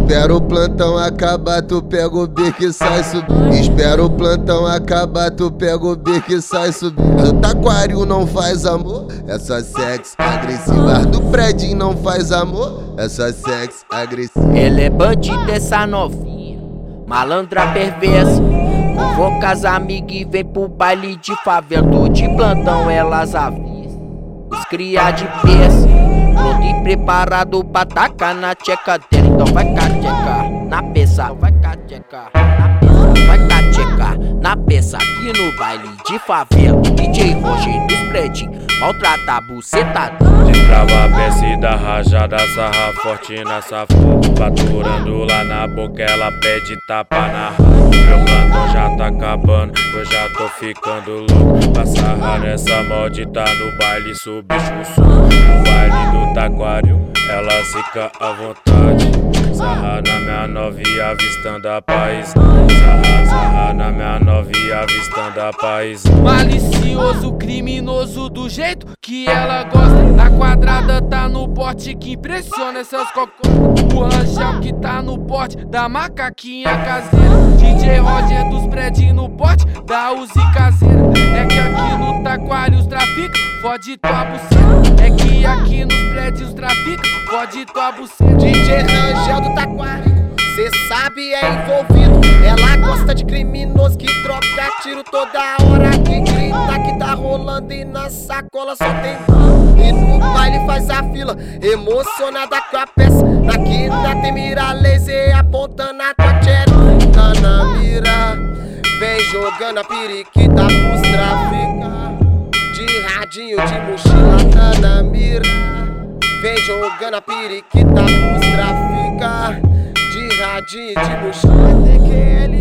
Espera o plantão acabar, tu pega o bico e sai subindo. Espera o plantão acabar, tu pega o bico e sai subindo. Do Taquaril não faz amor, é só sexo agressivo. Do prédio não faz amor, é só sexo agressivo. Ele é bandido, essa novinha, malandra perversa. Convoca as amigas e vem pro baile de favela. Tô de plantão, elas avisam os cria de peça, pronto e preparado pra tacar na tcheca dela. Então vai catecar na peça, vai catecar na peça, vai catecar na peça. Aqui no baile de favela, DJ Roger dos prédios maltrata a buceta. Destrava a peça e dá rajada, sarra forte na safada. Faturando lá na boca, ela pede tapa na rua. Meu plantão já tá acabando, eu já tô ficando louco. Pra sarrar nessa maldita no baile, bicho sul. No baile do Taquaril, ela fica à vontade. Sarra na minha novinha, avistando a paisagem. Sarra na minha novinha, avistando a paisagem. Malicioso, criminoso do jeito que ela gosta. Na quadrada tá no porte que impressiona essas cocôs. O Rangel que tá no porte da macaquinha caseira. DJ Roger dos prédios no porte da Uzi caseira. É que aqui no Taquaril os trafica, fode tua buceta. É que aqui nos prédios trafica, fode tua buceta. DJ Rangel do Taquaril, cê sabe é envolvido. Ela gosta de criminoso que troca tiro toda hora, que grita que tá rolando e na sacola só tem bala. E no baile faz a fila, emocionada com a peça. Na quina tem mira laser apontando a tua tcheca. Tá na mira, vem jogando a periquita pros trafica. De radinho, de mochila, tá na mira. Vem jogando a periquita pros trafica. De radinho, de mochila, TQL